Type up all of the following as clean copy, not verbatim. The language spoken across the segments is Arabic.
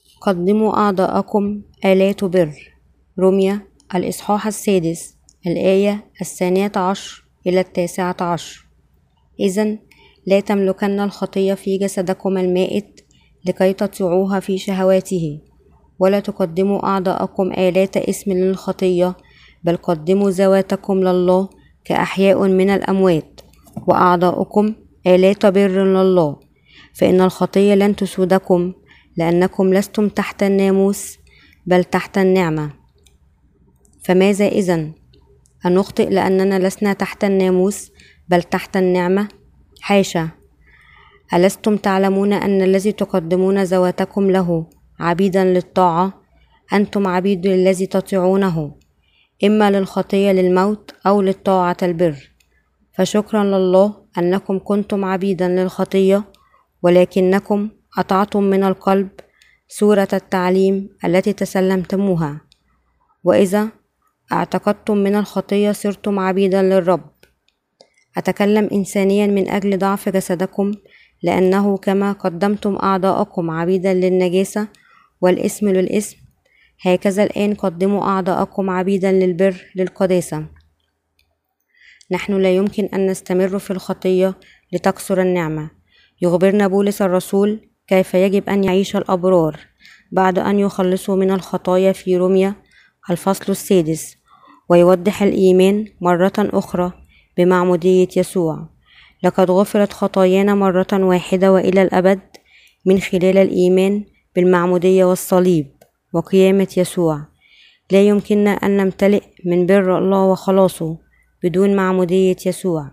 قدموا أعضاءكم آلات بر. رمية الإصحاح 6 الآية 12 إلى 19. إذن لا تملكن الخطية في جسدكم المائت لكي تطيعوها في شهواته، ولا تقدموا أعضاءكم آلات إثم للخطية، بل قدموا ذواتكم لله كأحياء من الأموات، وأعضاءكم آلات بر لله. فإن الخطية لن تسودكم، لأنكم لستم تحت الناموس بل تحت النعمة. فماذا إذن؟ أنخطئ لأننا لسنا تحت الناموس بل تحت النعمة؟ حاشا! ألستم تعلمون أن الذي تقدمون ذواتكم له عبيدا للطاعة، أنتم عبيد للذي تطيعونه، إما للخطية للموت أو للطاعة البر. فشكرا لله أنكم كنتم عبيدا للخطية، ولكنكم أطعتم من القلب صورة التعليم التي تسلمتموها، وإذا اعتقدتم من الخطية صرتم عبيدا للرب. أتكلم إنسانيا من أجل ضعف جسدكم، لأنه كما قدمتم أعضاءكم عبيدا للنجاسة والإثم للإثم، هكذا الآن قدموا أعضاءكم عبيدا للبر للقداسة. نحن لا يمكن أن نستمر في الخطية لتكثر النعمة. يخبرنا بولس الرسول كيف يجب أن يعيش الأبرار بعد أن يخلصوا من الخطايا في رومية الفصل 6، ويوضح الإيمان مرة أخرى بمعمودية يسوع. لقد غفرت خطايانا مرة واحدة وإلى الأبد من خلال الإيمان بالمعمودية والصليب وقيامة يسوع. لا يمكننا أن نمتلئ من بر الله وخلاصه بدون معمودية يسوع.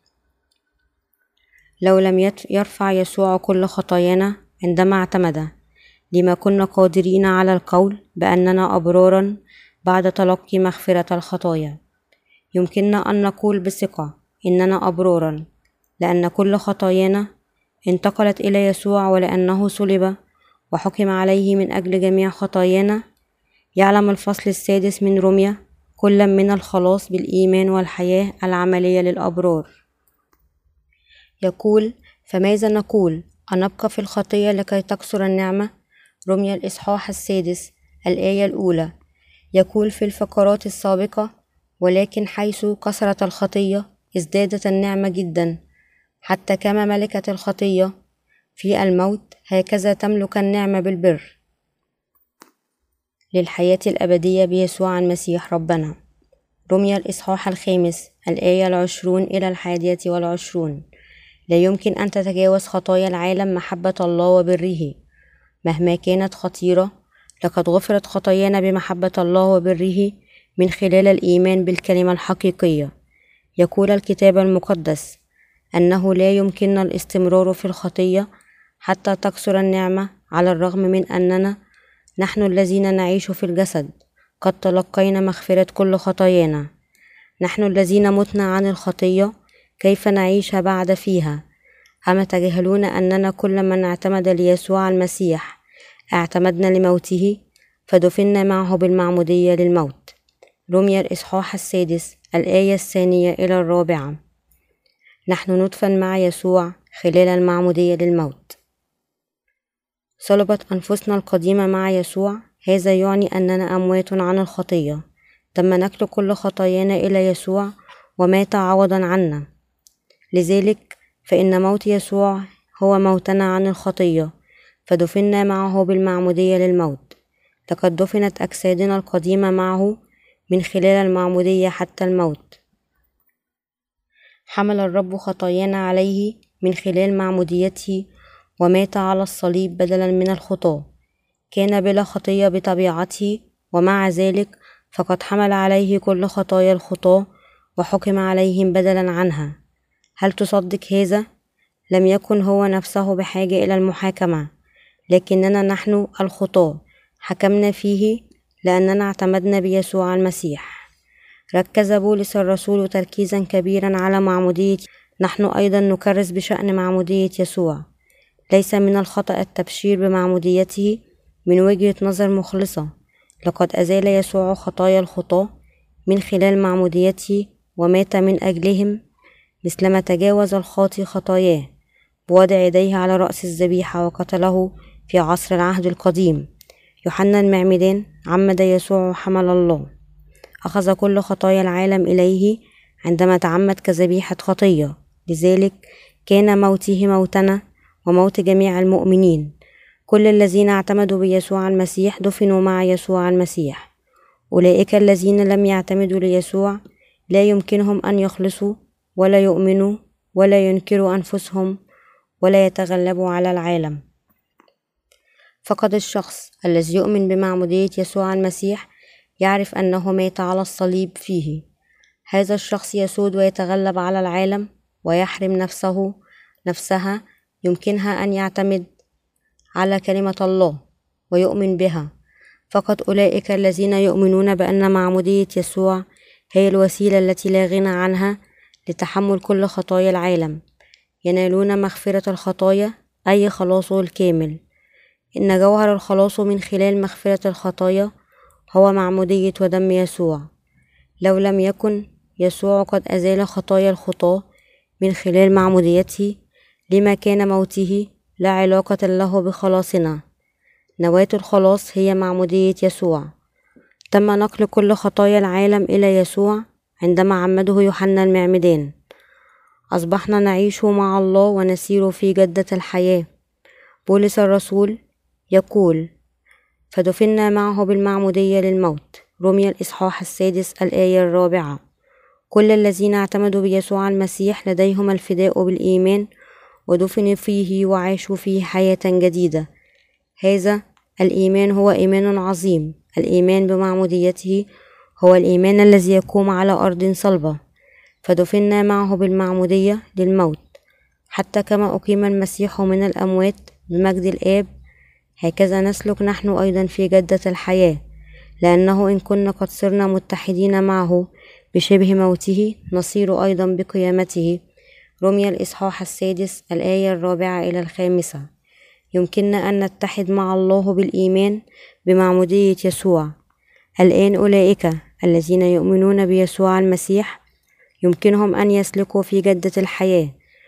لو لم يرفع يسوع كل خطايانا عندما اعتمد، لما كنا قادرين على القول بأننا أبرارا بعد تلقي مغفرة الخطايا. يمكننا أن نقول بثقة إننا أبرارا لأن كل خطايانا انتقلت إلى يسوع، ولأنه صلب وحكم عليه من أجل جميع خطايانا. يعلم الفصل 6 من رومية كل من الخلاص بالإيمان والحياة العملية للأبرار. يقول: فماذا نقول؟ أنبقى في الخطية لكي تكثر النعمة؟ رومية الإصحاح 6 الآية الأولى يقول في الفقرات السابقة: ولكن حيث كثرت الخطية ازدادت النعمة جدا، حتى كما ملكت الخطية في الموت هكذا تملك النعمة بالبر للحياة الأبدية بيسوع المسيح ربنا. رومية الإصحاح 5 الآية 20 إلى 21. لا يمكن أن تتجاوز خطايا العالم محبة الله وبره مهما كانت خطيرة. لقد غفرت خطايانا بمحبة الله وبره من خلال الإيمان بالكلمة الحقيقية. يقول الكتاب المقدس أنه لا يمكننا الاستمرار في الخطية حتى تكثر النعمة، على الرغم من أننا نحن الذين نعيش في الجسد قد تلقينا مغفرة كل خطايانا. نحن الذين متنا عن الخطية كيف نعيش بعد فيها؟ أما تجهلون أننا كل من اعتمد ليسوع المسيح اعتمدنا لموته، فدفنا معه بالمعمودية للموت. رومية الإصحاح 6 الآية 2 إلى 4. نحن ندفن مع يسوع خلال المعمودية للموت. صلبت أنفسنا القديمة مع يسوع، هذا يعني أننا أموات عن الخطية. تم نقل كل خطايانا إلى يسوع ومات عوضا عنا. لذلك فإن موت يسوع هو موتنا عن الخطية، فدفنا معه بالمعمودية للموت. لقد دفنت أجسادنا القديمة معه من خلال المعمودية حتى الموت. حمل الرب خطايانا عليه من خلال معموديته ومات على الصليب بدلا من الخطاة. كان بلا خطية بطبيعته، ومع ذلك فقد حمل عليه كل خطايا الخطاة وحكم عليهم بدلا عنها. هل تصدق هذا؟ لم يكن هو نفسه بحاجة إلى المحاكمة، لكننا نحن الخطاة حكمنا فيه لأننا اعتمدنا بيسوع المسيح. ركز بولس الرسول تركيزا كبيرا على معمودية. نحن أيضا نكرس بشأن معمودية يسوع. ليس من الخطأ التبشير بمعموديته من وجهة نظر مخلصة. لقد أزال يسوع خطايا الخطاة من خلال معموديته ومات من أجلهم، مثلما تجاوز الخاطي خطاياه بوضع يديه على رأس الذبيحة وقتله في عصر العهد القديم. يوحنا المعمدان عمد يسوع وحمل الله، أخذ كل خطايا العالم إليه عندما تعمد كذبيحة خطية، لذلك كان موته موتنا وموت جميع المؤمنين. كل الذين اعتمدوا بيسوع المسيح دفنوا مع يسوع المسيح. أولئك الذين لم يعتمدوا ليسوع لا يمكنهم أن يخلصوا ولا يؤمنوا ولا ينكروا أنفسهم ولا يتغلبوا على العالم. فقد الشخص الذي يؤمن بمعمودية يسوع المسيح يعرف أنه مات على الصليب فيه. هذا الشخص يسود ويتغلب على العالم ويحرم نفسها يمكنها أن يعتمد على كلمة الله ويؤمن بها. فقط أولئك الذين يؤمنون بأن معمودية يسوع هي الوسيلة التي لا غنى عنها لتحمل كل خطايا العالم ينالون مغفرة الخطايا، أي خلاصه الكامل. إن جوهر الخلاص من خلال مغفرة الخطايا هو معمودية ودم يسوع. لو لم يكن يسوع قد أزال خطايا الخطاة من خلال معموديته لما كان موته لا علاقة له بخلاصنا. نواة الخلاص هي معمودية يسوع. تم نقل كل خطايا العالم إلى يسوع عندما عمده يوحنا المعمدان. أصبحنا نعيش مع الله ونسير في جدة الحياة. بولس الرسول يقول: فدفنا معه بالمعمودية للموت. روميا الإصحاح 6 الآية 4. كل الذين اعتمدوا بيسوع المسيح لديهم الفداء بالإيمان ودفنوا فيه وعاشوا فيه حياة جديدة. هذا الإيمان هو إيمان عظيم. الإيمان بمعموديته هو الإيمان الذي يقوم على أرض صلبة. فدفنا معه بالمعمودية للموت، حتى كما أقيم المسيح من الأموات بمجد الآب، هكذا نسلك نحن أيضا في جدة الحياة. لأنه إن كنا قد صرنا متحدين معه بشبه موته نصير أيضا بقيامته. روميا الإصحاح 6 الآية 4 إلى 5. يمكننا أن نتحد مع الله بالإيمان بمعمودية يسوع. الآن أولئك الذين يؤمنون بيسوع المسيح يمكنهم أن يسلكوا في جدة الحياة.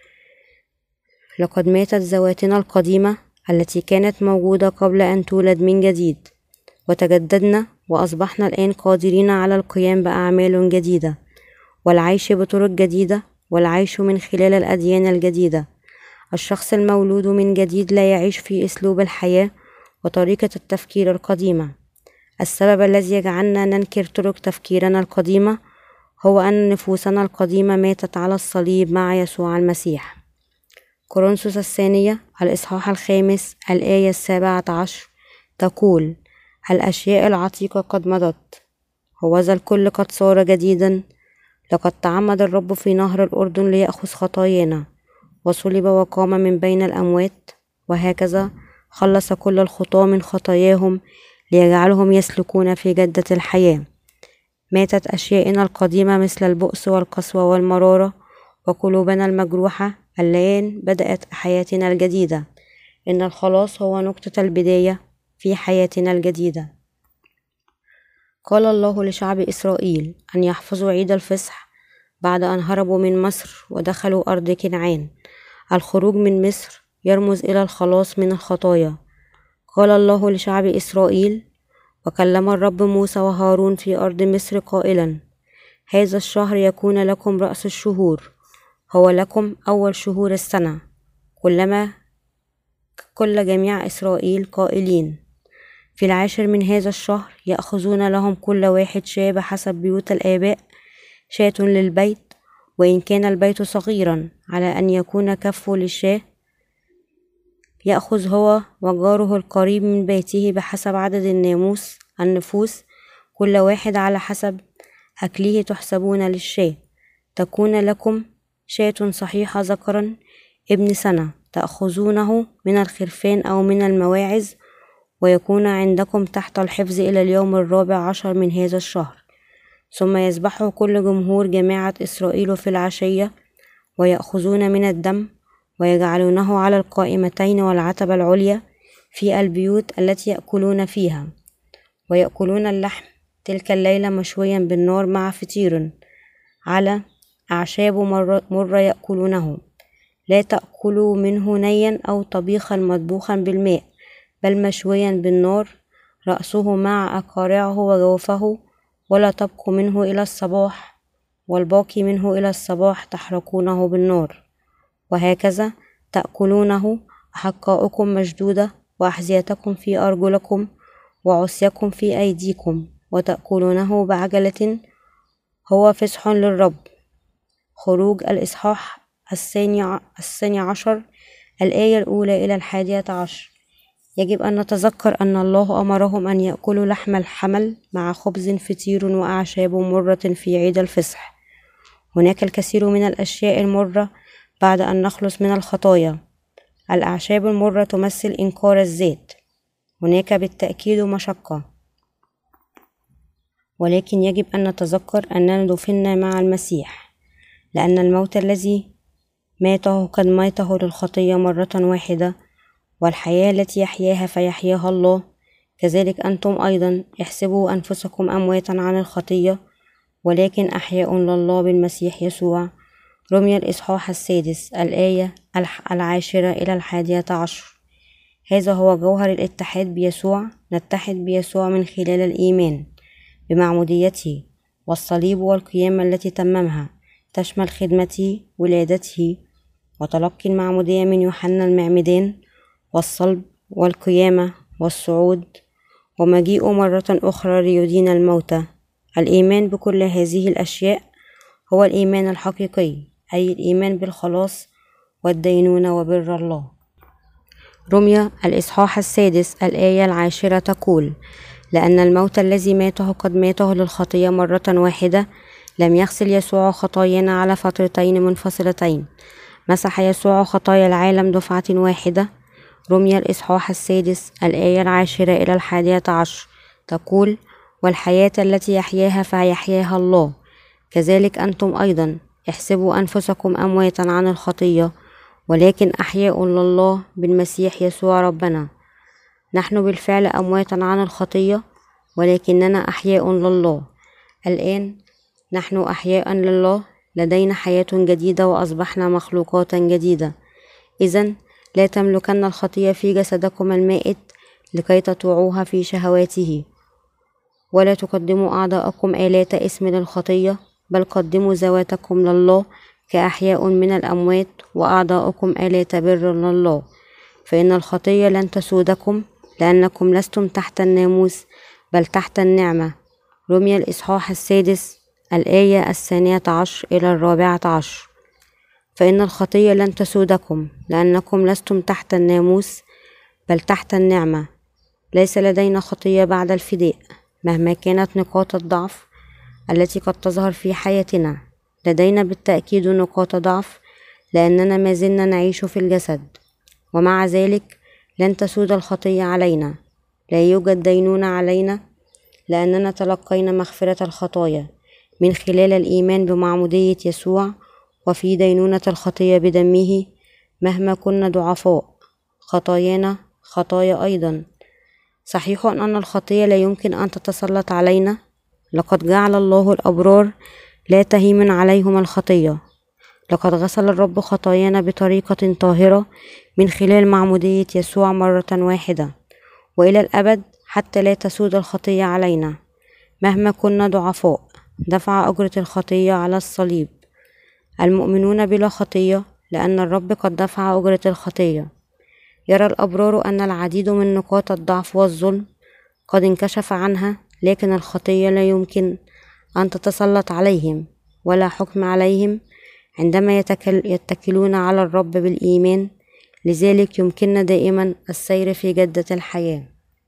لقد ماتت ذواتنا القديمة التي كانت موجودة قبل أن تولد من جديد، وتجددنا وأصبحنا الآن قادرين على القيام بأعمال جديدة والعيش بطرق جديدة والعيش من خلال الأديان الجديدة. الشخص المولود من جديد لا يعيش في أسلوب الحياة وطريقة التفكير القديمة. السبب الذي يجعلنا ننكر طرق تفكيرنا القديمة هو أن نفوسنا القديمة ماتت على الصليب مع يسوع المسيح. كورنثوس الثانية الإصحاح 5 الآية 17 تقول: الأشياء العتيقة قد مضت، هوذا الكل قد صار جديدا. لقد تعمد الرب في نهر الأردن ليأخذ خطايانا، وصلب وقام من بين الأموات، وهكذا خلص كل الخطاة من خطاياهم ليجعلهم يسلكون في جدة الحياة. ماتت أشياءنا القديمة مثل البؤس والقسوة والمرارة، وقلوبنا المجروحة الآن بدأت حياتنا الجديدة. إن الخلاص هو نقطة البداية في حياتنا الجديدة. قال الله لشعب إسرائيل أن يحفظوا عيد الفصح بعد أن هربوا من مصر ودخلوا أرض كنعان. الخروج من مصر يرمز إلى الخلاص من الخطايا. قال الله لشعب إسرائيل: وكلم الرب موسى وهارون في أرض مصر قائلا: هذا الشهر يكون لكم رأس الشهور، هو لكم أول شهور السنة. كل جميع إسرائيل قائلين: في 10 من هذا الشهر يأخذون لهم كل واحد شاة بحسب بيوت الآباء، شاة للبيت، وإن كان البيت صغيرا على أن يكون كفه للشاة، يأخذ هو وجاره القريب من بيته بحسب عدد النفوس، كل واحد على حسب أكله تحسبون للشاة. تكون لكم شاة صحيحة ذكرا ابن سنة تأخذونه من الخرفان أو من المواعز، ويكون عندكم تحت الحفظ إلى اليوم 14 من هذا الشهر. ثم يذبحه كل جمهور جماعة إسرائيل في العشية، ويأخذون من الدم ويجعلونه على القائمتين والعتبة العليا في البيوت التي يأكلون فيها، ويأكلون اللحم تلك الليلة مشويا بالنار مع فطير على أعشاب مرة يأكلونه. لا تأكلوا منه نيا أو طبيخا مطبوخا بالماء، بل مشويا بالنار رأسه مع أقارعه وجوفه، ولا تبقوا منه إلى الصباح، والباقي منه إلى الصباح تحرقونه بالنار. وهكذا تأكلونه، أحقاؤكم مشدودة، وأحذيتكم في أرجلكم، وعصيكم في أيديكم، وتأكلونه بعجلة، هو فسح للرب. خروج الإصحاح الثاني عشر، الآية الأولى إلى 11. يجب أن نتذكر أن الله أمرهم أن يأكلوا لحم الحمل مع خبز فطير وأعشاب مرة في عيد الفصح. هناك الكثير من الأشياء المرة بعد أن نخلص من الخطايا. الأعشاب المرة تمثل إنكار الذات. هناك بالتأكيد مشقة، ولكن يجب أن نتذكر أننا دفنا مع المسيح، لأن الموت الذي ماته قد ماته للخطية مرة واحدة، والحياة التي يحياها فيحياها الله. كذلك أنتم أيضا احسبوا أنفسكم أمواتا عن الخطية، ولكن أحياء لله بالمسيح يسوع. رمي الإصحاح السادس، الآية 10 إلى 11. هذا هو جوهر الاتحاد بيسوع. نتحد بيسوع من خلال الإيمان بمعموديته والصليب والقيامة التي تممها، تشمل خدمته، ولادته، وتلقي المعمودية من يوحنا المعمدان، والصلب والقيامة والصعود، ومجيئه مرة أخرى ليدين الموتى. الإيمان بكل هذه الأشياء هو الإيمان الحقيقي، أي الإيمان بالخلاص والدينونة وبر الله. رمية الإصحاح السادس، الآية 10 تقول: لأن الموت الذي ماته قد ماته للخطية مرة واحدة، لم يغسل يسوع خطايانا على فترتين منفصلتين، مسح يسوع خطايا العالم دفعة واحدة. رمي الإصحاح السادس، الآية 10 إلى 11 تقول: والحياة التي يحياها فيحياها الله. كذلك أنتم أيضا احسبوا أنفسكم أمواتا عن الخطية، ولكن أحياء لله بالمسيح يسوع ربنا. نحن بالفعل أمواتا عن الخطية، ولكننا أحياء لله. الآن نحن أحياء لله، لدينا حياة جديدة، وأصبحنا مخلوقات جديدة. إذن لا تملكن الخطية في جسدكم المائت لكي تطوعوها في شهواته، ولا تقدموا أعضاءكم آلات اسم للخطية، بل قدموا ذواتكم لله كأحياء من الأموات، وأعضاءكم آلات بر لله. فإن الخطية لن تسودكم، لأنكم لستم تحت الناموس بل تحت النعمة. رمي الإصحاح السادس، الآية 12 إلى 14. فإن الخطية لن تسودكم، لأنكم لستم تحت الناموس بل تحت النعمة. ليس لدينا خطية بعد الفداء، مهما كانت نقاط الضعف التي قد تظهر في حياتنا. لدينا بالتأكيد نقاط ضعف، لأننا ما زلنا نعيش في الجسد، ومع ذلك لن تسود الخطية علينا. لا يوجد دينونة علينا، لأننا تلقينا مغفرة الخطايا من خلال الإيمان بمعمودية يسوع، وفي دينونة الخطية بدمه. مهما كنا ضعفاء، خطايانا خطايا أيضا. صحيح أن الخطية لا يمكن أن تتسلط علينا. لقد جعل الله الأبرار لا تهيمن عليهم الخطية. لقد غسل الرب خطايانا بطريقة طاهرة من خلال معمودية يسوع مرة واحدة وإلى الأبد، حتى لا تسود الخطية علينا. مهما كنا ضعفاء، دفع أجرة الخطية على الصليب. المؤمنون بلا خطية، لأن الرب قد دفع أجرة الخطية. يرى الأبرار أن العديد من نقاط الضعف والظلم قد انكشف عنها، لكن الخطية لا يمكن أن تتسلط عليهم ولا حكم عليهم عندما يتكلون على الرب بالإيمان. لذلك يمكننا دائما السير في جدة الحياة.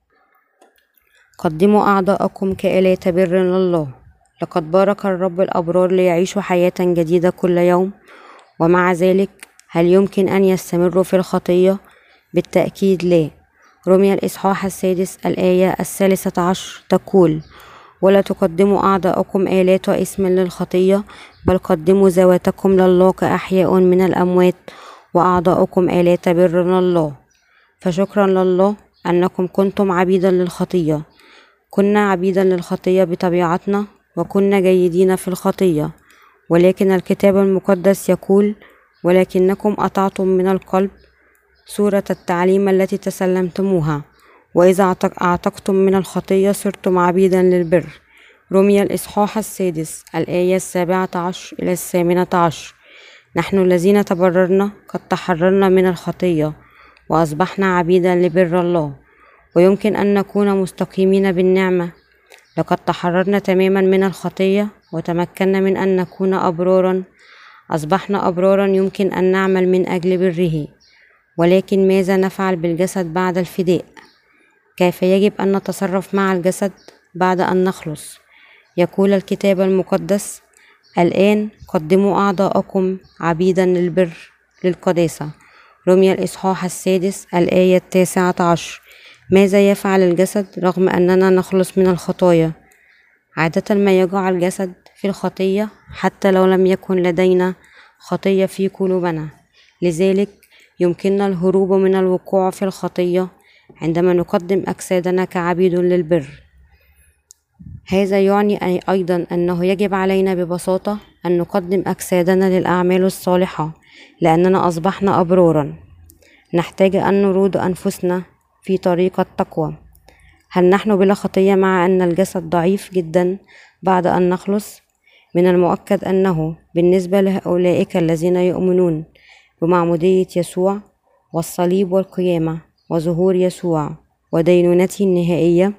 قدموا أعضاءكم كآلات بر لله. لقد بارك الرب الأبرار ليعيشوا حياة جديدة كل يوم، ومع ذلك هل يمكن أن يستمروا في الخطية؟ بالتأكيد لا. رمي الإصحاح السادس، الآية 13 تقول: ولا تقدموا أعضاءكم آلات اسم للخطية، بل قدموا ذواتكم لله كأحياء من الأموات، وأعضاءكم آلات بر لله. فشكرا لله أنكم كنتم عبيدا للخطية. كنا عبيدا للخطية بطبيعتنا، وكنا جيدين في الخطية، ولكن الكتاب المقدس يقول: ولكنكم أطعتم من القلب صورة التعليم التي تسلمتموها، وإذا أعتقتم من الخطية صرتم عبيدا للبر. رمي الإصحاح 6 الآية 17 إلى 18. نحن الذين تبررنا قد تحررنا من الخطية وأصبحنا عبيدا لبر الله، ويمكن أن نكون مستقيمين بالنعمة. لقد تحررنا تماما من الخطية وتمكنا من أن نكون أبرارا. أصبحنا أبرارا يمكن أن نعمل من أجل بره. ولكن ماذا نفعل بالجسد بعد الفداء؟ كيف يجب أن نتصرف مع الجسد بعد أن نخلص؟ يقول الكتاب المقدس: الآن قدموا أعضاءكم عبيدا للبر للقداسة. رمي الإصحاح 6 الآية 19. ماذا يفعل الجسد رغم أننا نخلص من الخطايا؟ عادة ما يقع الجسد في الخطية حتى لو لم يكن لدينا خطية في قلوبنا. لذلك يمكننا الهروب من الوقوع في الخطية عندما نقدم أجسادنا كعبيد للبر. هذا يعني أيضا أنه يجب علينا ببساطة أن نقدم أجسادنا للأعمال الصالحة، لأننا أصبحنا أبرارا. نحتاج أن نرود أنفسنا في طريق التقوى. هل نحن بلا خطية مع أن الجسد ضعيف جدا بعد أن نخلص؟ من المؤكد أنه بالنسبة لأولئك الذين يؤمنون بمعمودية يسوع والصليب والقيامة وظهور يسوع ودينونته النهائية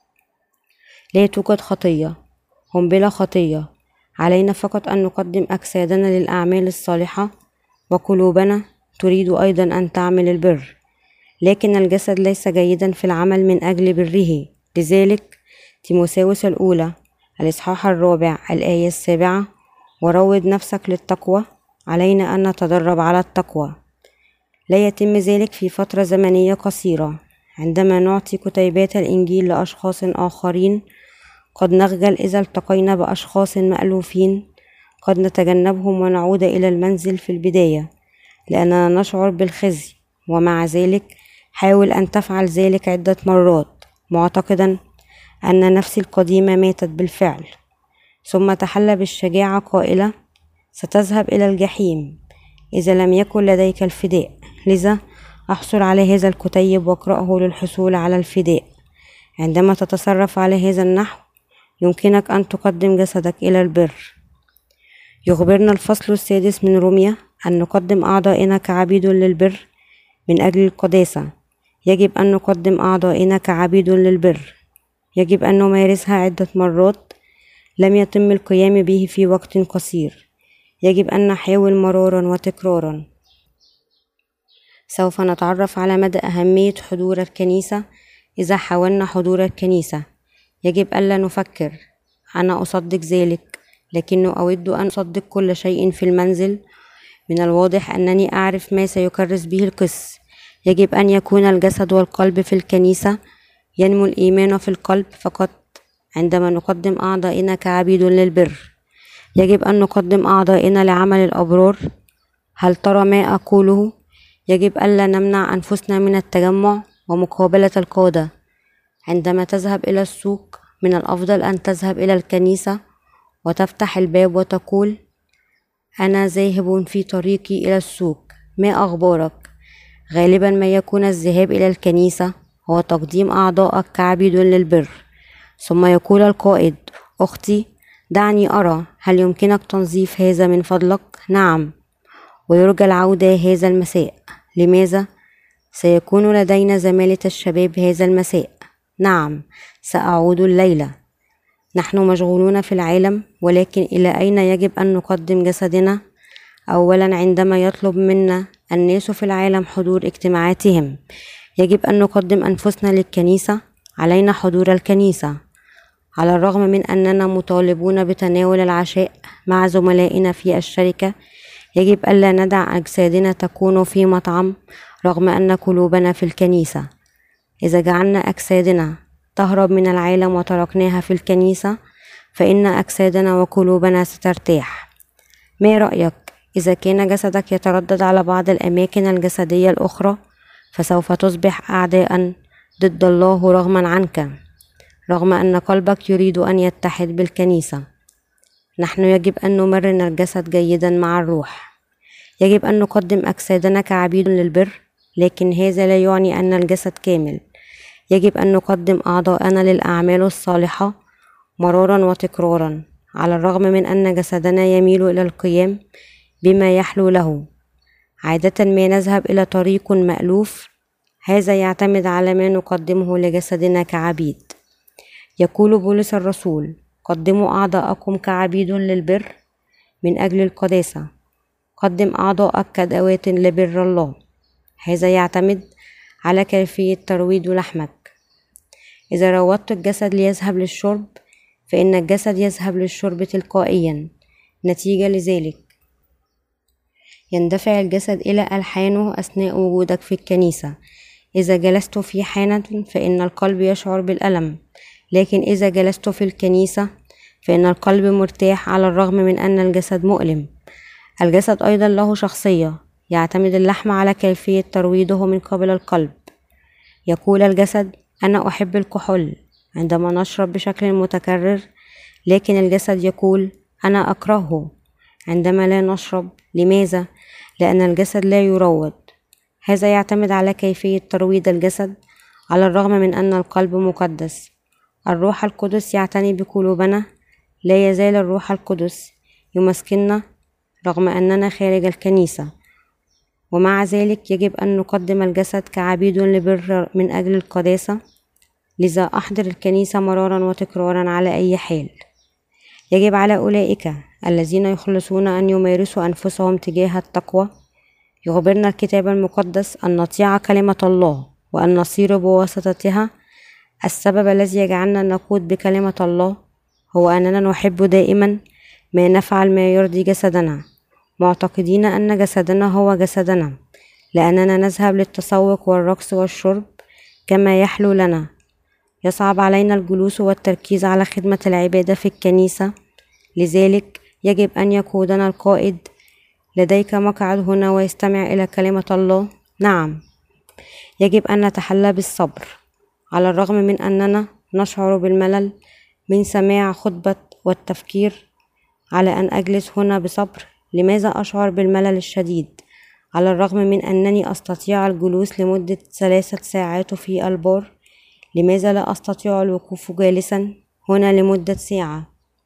لا توجد خطية. هم بلا خطية. علينا فقط أن نقدم أجسادنا للأعمال الصالحة، وقلوبنا تريد أيضا أن تعمل البر، لكن الجسد ليس جيدا في العمل من أجل بره. لذلك تيموثاوس الأولى الإصحاح 4 الآية 7: وروض نفسك للتقوى. علينا أن نتدرب على التقوى. لا يتم ذلك في فترة زمنية قصيرة. عندما نعطي كتيبات الإنجيل لأشخاص آخرين قد نخجل إذا التقينا بأشخاص مألوفين. قد نتجنبهم ونعود إلى المنزل في البداية لأننا نشعر بالخزي، ومع ذلك حاول أن تفعل ذلك عدة مرات معتقدا أن نفسي القديمة ماتت بالفعل، ثم تحلى بالشجاعة قائلة: ستذهب إلى الجحيم إذا لم يكن لديك الفداء. لذا أحصل على هذا الكتيب واقرأه للحصول على الفداء. عندما تتصرف على هذا النحو يمكنك أن تقدم جسدك إلى البر. يخبرنا الفصل 6 من روميا أن نقدم أعضائنا كعبيد للبر من أجل القداسة. يجب أن نقدم أعضائنا كعبيد للبر. يجب أن نمارسها عدة مرات. لم يتم القيام به في وقت قصير. يجب أن نحاول مرارا وتكرارا. سوف نتعرف على مدى أهمية حضور الكنيسة إذا حاولنا حضور الكنيسة. يجب ألا نفكر: أنا أصدق ذلك، لكنه أود أن أصدق كل شيء في المنزل. من الواضح أنني أعرف ما سيكرس به القس. يجب أن يكون الجسد والقلب في الكنيسة. ينمو الإيمان في القلب فقط عندما نقدم أعضائنا كعبيد للبر. يجب أن نقدم أعضائنا لعمل الأبرار. هل ترى ما أقوله؟ يجب ألا نمنع أنفسنا من التجمع ومقابلة القادة. عندما تذهب إلى السوق من الأفضل أن تذهب إلى الكنيسة وتفتح الباب وتقول: أنا ذاهب في طريقي إلى السوق، ما أخبارك؟ غالبا ما يكون الذهاب إلى الكنيسة هو تقديم أعضائك كعبيد للبر. ثم يقول القائد: أختي، دعني أرى، هل يمكنك تنظيف هذا من فضلك؟ نعم. ويرجى العودة هذا المساء. لماذا؟ سيكون لدينا زمالة الشباب هذا المساء. نعم، سأعود الليلة. نحن مشغولون في العالم، ولكن إلى أين يجب أن نقدم جسدنا؟ أولا، عندما يطلب منا الناس في العالم حضور اجتماعاتهم يجب أن نقدم أنفسنا للكنيسة. علينا حضور الكنيسة. على الرغم من أننا مطالبون بتناول العشاء مع زملائنا في الشركة، يجب ألا ندع أجسادنا تكون في مطعم رغم أن قلوبنا في الكنيسة. إذا جعلنا أجسادنا تهرب من العالم وتركناها في الكنيسة فإن أجسادنا وقلوبنا سترتاح. ما رأيك إذا كان جسدك يتردد على بعض الأماكن الجسدية الأخرى؟ فسوف تصبح أعداء ضد الله رغما عنك، رغم أن قلبك يريد أن يتحد بالكنيسة. نحن يجب أن نمرن الجسد جيدا مع الروح. يجب أن نقدم أجسادنا كعبيد للبر، لكن هذا لا يعني أن الجسد كامل. يجب أن نقدم أعضاءنا للأعمال الصالحة مرارا وتكرارا، على الرغم من أن جسدنا يميل إلى القيام بما يحلو له. عادة ما نذهب إلى طريق مألوف، هذا يعتمد على ما نقدمه لجسدنا كعبيد. يقول بولس الرسول: قدموا أعضاءكم كعبيد للبر من أجل القداسة. قدم أعضاءك كأدوات لبر الله. هذا يعتمد على كيفية ترويض لحمك. إذا روضت الجسد ليذهب للشرب، فإن الجسد يذهب للشرب تلقائيا. نتيجة لذلك يندفع الجسد إلى ألحانه أثناء وجودك في الكنيسة. إذا جلست في حانة فإن القلب يشعر بالألم، لكن إذا جلست في الكنيسة فإن القلب مرتاح على الرغم من أن الجسد مؤلم. الجسد أيضا له شخصية، يعتمد اللحم على كيفية ترويضه من قبل القلب. يقول الجسد: أنا أحب الكحول عندما نشرب بشكل متكرر، لكن الجسد يقول: أنا أكرهه عندما لا نشرب. لماذا؟ لأن الجسد لا يروض. هذا يعتمد على كيفية ترويض الجسد على الرغم من أن القلب مقدس. الروح القدس يعتني بقلوبنا. لا يزال الروح القدس يمسكننا رغم أننا خارج الكنيسة، ومع ذلك يجب أن نقدم الجسد كعبيد لبر من أجل القداسة. لذا أحضر الكنيسة مرارا وتكرارا على أي حال. يجب على أولئك الذين يخلصون أن يمارسوا أنفسهم تجاه التقوى. يخبرنا الكتاب المقدس أن نطيع كلمة الله وأن نصير بواسطتها. السبب الذي يجعلنا نقود بكلمة الله هو أننا نحب دائما ما نفعل ما يرضي جسدنا، معتقدين أن جسدنا هو جسدنا، لأننا نذهب للتسوق والرقص والشرب كما يحلو لنا. يصعب علينا الجلوس والتركيز على خدمة العبادة في الكنيسة، لذلك يجب أن يقودنا القائد: لديك مقعد هنا ويستمع إلى كلمة الله. نعم، يجب أن نتحلى بالصبر على الرغم من أننا نشعر بالملل من سماع خطبة والتفكير على أن أجلس هنا بصبر. لماذا أشعر بالملل الشديد على الرغم من أنني أستطيع الجلوس لمدة 3 ساعات في البار؟ لماذا لا أستطيع الوقوف جالسا هنا لمدة ساعة؟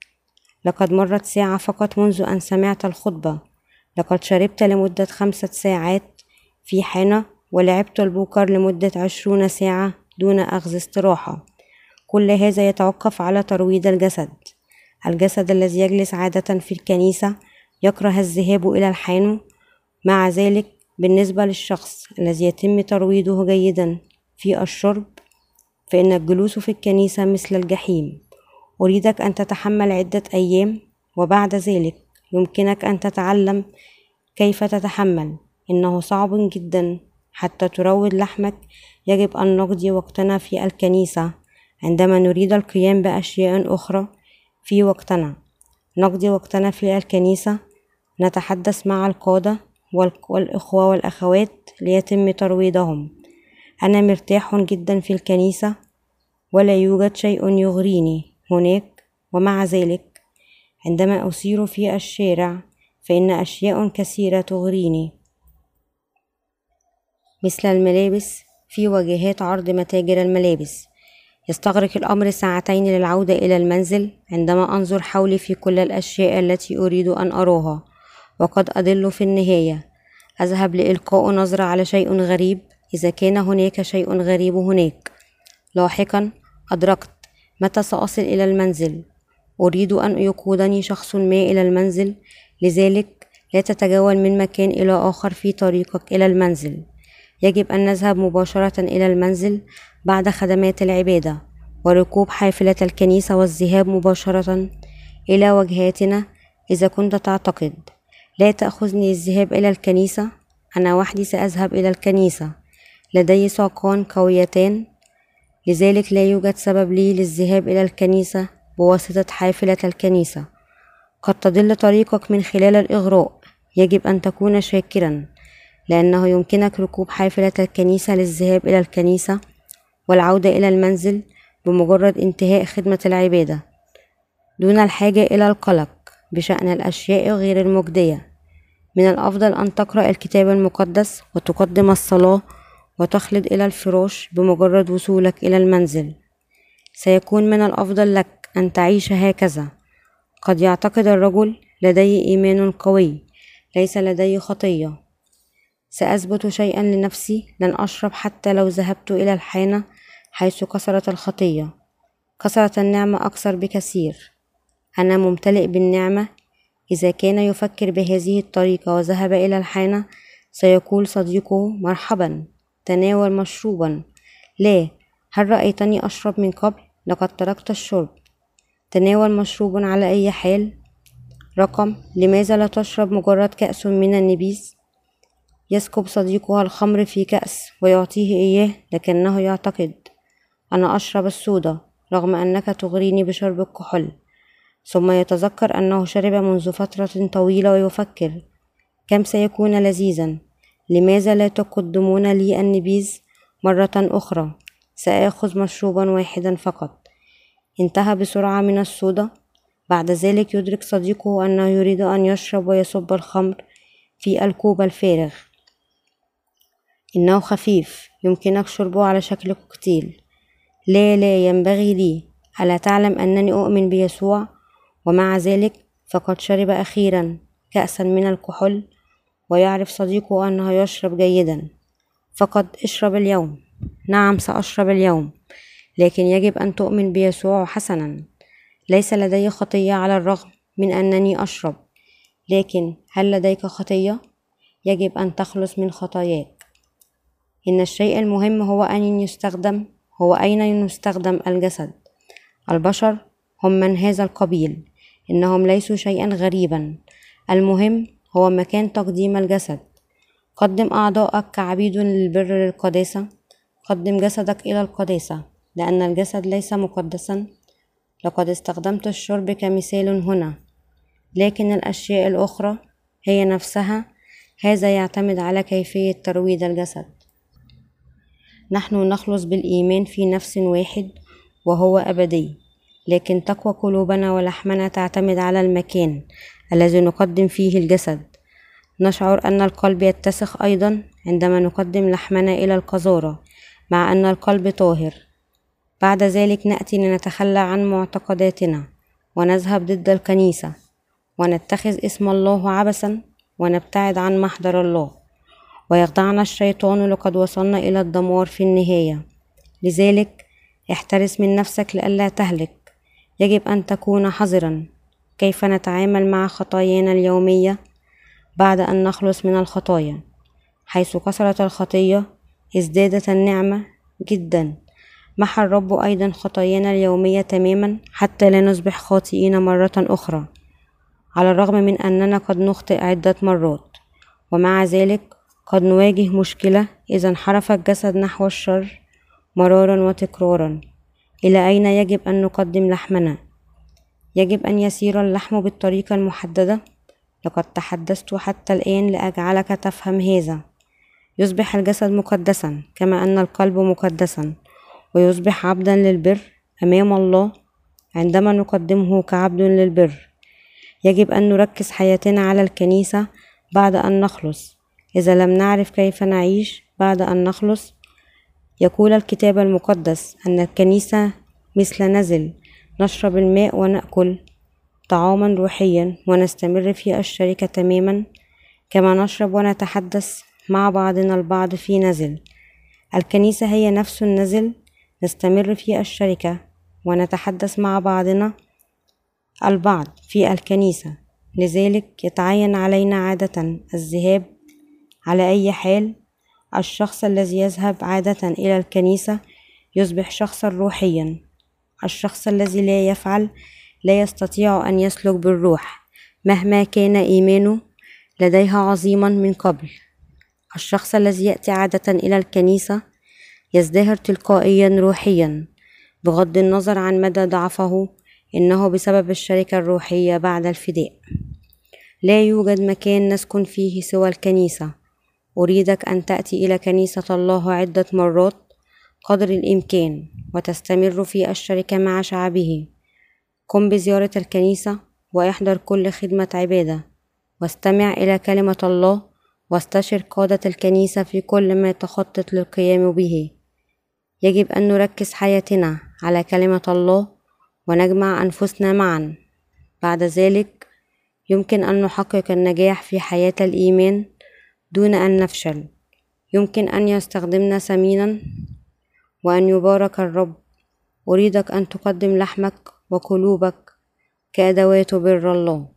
لقد مرت ساعة فقط منذ أن سمعت الخطبة. لقد شربت لمدة 5 ساعات في حانة، ولعبت البوكر لمدة 20 ساعة دون أخذ استراحة. كل هذا يتوقف على ترويض الجسد. الجسد الذي يجلس عادة في الكنيسة يكره الذهاب إلى الحانة. مع ذلك بالنسبة للشخص الذي يتم ترويضه جيدا في الشرب، فإن الجلوس في الكنيسة مثل الجحيم. أريدك أن تتحمل عدة أيام، وبعد ذلك يمكنك أن تتعلم كيف تتحمل. إنه صعب جدا حتى تروض لحمك. يجب أن نقضي وقتنا في الكنيسة عندما نريد القيام بأشياء أخرى في وقتنا. نقضي وقتنا في الكنيسة نتحدث مع القادة والإخوة والأخوات ليتم ترويضهم. أنا مرتاح جدا في الكنيسة ولا يوجد شيء يغريني هناك، ومع ذلك عندما أسير في الشارع فإن أشياء كثيرة تغريني، مثل الملابس في واجهات عرض متاجر الملابس. يستغرق الأمر 2 ساعات للعودة إلى المنزل عندما أنظر حولي في كل الأشياء التي أريد أن أراها، وقد أضل في النهاية. أذهب لإلقاء نظرة على شيء غريب إذا كان هناك شيء غريب هناك. لاحقا أدركت متى سأصل إلى المنزل. أريد أن يقودني شخص ما إلى المنزل، لذلك لا تتجول من مكان إلى آخر في طريقك إلى المنزل. يجب أن نذهب مباشرة إلى المنزل بعد خدمات العبادة وركوب حافلة الكنيسة والذهاب مباشرة إلى وجهاتنا. إذا كنت تعتقد لا تأخذني الذهاب إلى الكنيسة، أنا وحدي سأذهب إلى الكنيسة. لدي ساقان قويتان، لذلك لا يوجد سبب لي للذهاب إلى الكنيسة بواسطة حافلة الكنيسة. قد تضل طريقك من خلال الإغراء. يجب أن تكون شاكرا لأنه يمكنك ركوب حافلة الكنيسة للذهاب إلى الكنيسة والعودة إلى المنزل بمجرد انتهاء خدمة العبادة، دون الحاجة إلى القلق بشأن الأشياء غير المجدية. من الأفضل أن تقرأ الكتاب المقدس وتقدم الصلاة وتخلد إلى الفراش بمجرد وصولك إلى المنزل. سيكون من الأفضل لك أن تعيش هكذا. قد يعتقد الرجل: لدي إيمان قوي، ليس لدي خطية، سأثبت شيئا لنفسي، لن أشرب حتى لو ذهبت إلى الحانة حيث كثرت الخطية، كثرت النعمة أكثر بكثير، أنا ممتلئ بالنعمة. إذا كان يفكر بهذه الطريقة وذهب إلى الحانة، سيقول صديقه: مرحبا، تناول مشروبا. لا، هل رأيتني أشرب من قبل؟ لقد تركت الشرب. تناول مشروب على أي حال. لماذا لا تشرب مجرد كأس من النبيذ؟ يسكب صديقها الخمر في كأس ويعطيه إياه، لكنه يعتقد: أنا أشرب الصودا رغم أنك تغريني بشرب الكحول. ثم يتذكر أنه شرب منذ فترة طويلة ويفكر: كم سيكون لذيذا، لماذا لا تقدمون لي النبيذ مرة أخرى؟ سآخذ مشروبا واحدا فقط. انتهى بسرعة من الصودا. بعد ذلك يدرك صديقه أنه يريد أن يشرب ويصب الخمر في الكوب الفارغ. إنه خفيف، يمكنك شربه على شكل كوكتيل. لا ينبغي لي، ألا تعلم أنني أؤمن بيسوع؟ ومع ذلك فقد شرب أخيرا كأسا من الكحول. ويعرف صديقه أنه يشرب جيدا. فقد اشرب اليوم. نعم، سأشرب اليوم، لكن يجب أن تؤمن بيسوع. حسنا، ليس لدي خطية على الرغم من أنني أشرب. لكن هل لديك خطية؟ يجب أن تخلص من خطاياك. إن الشيء المهم هو أين يستخدم الجسد. البشر هم من هذا القبيل، إنهم ليسوا شيئا غريبا. المهم هو مكان تقديم الجسد. قدم أعضاءك كعبيد للبر للقداسة. قدم جسدك إلى القداسة، لأن الجسد ليس مقدسا. لقد استخدمت الشرب كمثال هنا، لكن الأشياء الأخرى هي نفسها. هذا يعتمد على كيفية ترويض الجسد. نحن نخلص بالإيمان في نفس واحد وهو أبدي، لكن تقوى قلوبنا ولحمنا تعتمد على المكان الذي نقدم فيه الجسد. نشعر أن القلب يتسخ أيضا عندما نقدم لحمنا إلى القذارة، مع أن القلب طاهر. بعد ذلك نأتي لنتخلى عن معتقداتنا ونذهب ضد الكنيسة ونتخذ اسم الله عبثا ونبتعد عن محضر الله، ويخدعنا الشيطان. لقد وصلنا إلى الدمار في النهاية. لذلك احترس من نفسك لئلا تهلك. يجب أن تكون حذرا. كيف نتعامل مع خطايانا اليومية بعد أن نخلص من الخطايا؟ حيث كثرت الخطية ازدادت النعمة جدا. محى الرب أيضا خطايانا اليومية تماما حتى لا نصبح خاطئين مرة أخرى، على الرغم من أننا قد نخطئ عدة مرات. ومع ذلك قد نواجه مشكلة إذا انحرف الجسد نحو الشر مرارا وتكرارا. إلى أين يجب أن نقدم لحمنا؟ يجب أن يسير اللحم بالطريقة المحددة. لقد تحدثت حتى الآن لأجعلك تفهم هذا. يصبح الجسد مقدسا كما أن القلب مقدسا، ويصبح عبدا للبر أمام الله عندما نقدمه كعبد للبر. يجب أن نركز حياتنا على الكنيسة بعد أن نخلص. إذا لم نعرف كيف نعيش بعد أن نخلص، يقول الكتاب المقدس أن الكنيسة مثل نزل. نشرب الماء ونأكل طعاما روحيا ونستمر في الشركة تماما كما نشرب ونتحدث مع بعضنا البعض في نزل. الكنيسة هي نفس النزل. نستمر في الشركة ونتحدث مع بعضنا البعض في الكنيسة. لذلك يتعين علينا عادة الذهاب على أي حال. الشخص الذي يذهب عادة إلى الكنيسة يصبح شخصا روحيا. الشخص الذي لا يفعل لا يستطيع أن يسلك بالروح مهما كان إيمانه لديها عظيما من قبل. الشخص الذي يأتي عادة إلى الكنيسة يزدهر تلقائيا روحيا بغض النظر عن مدى ضعفه، إنه بسبب الشركة الروحية بعد الفداء. لا يوجد مكان نسكن فيه سوى الكنيسة. أريدك أن تأتي إلى كنيسة الله عدة مرات قدر الإمكان وتستمر في الشركة مع شعبه. قم بزيارة الكنيسة واحضر كل خدمة عبادة واستمع إلى كلمة الله واستشر قادة الكنيسة في كل ما تخطط للقيام به. يجب أن نركز حياتنا على كلمة الله ونجمع أنفسنا معا. بعد ذلك يمكن أن نحقق النجاح في حياة الإيمان دون أن نفشل. يمكن أن يستخدمنا ثمينا وأن يبارك الرب. أريدك أن تقدم لحمك وقلوبك كأدوات بر الله.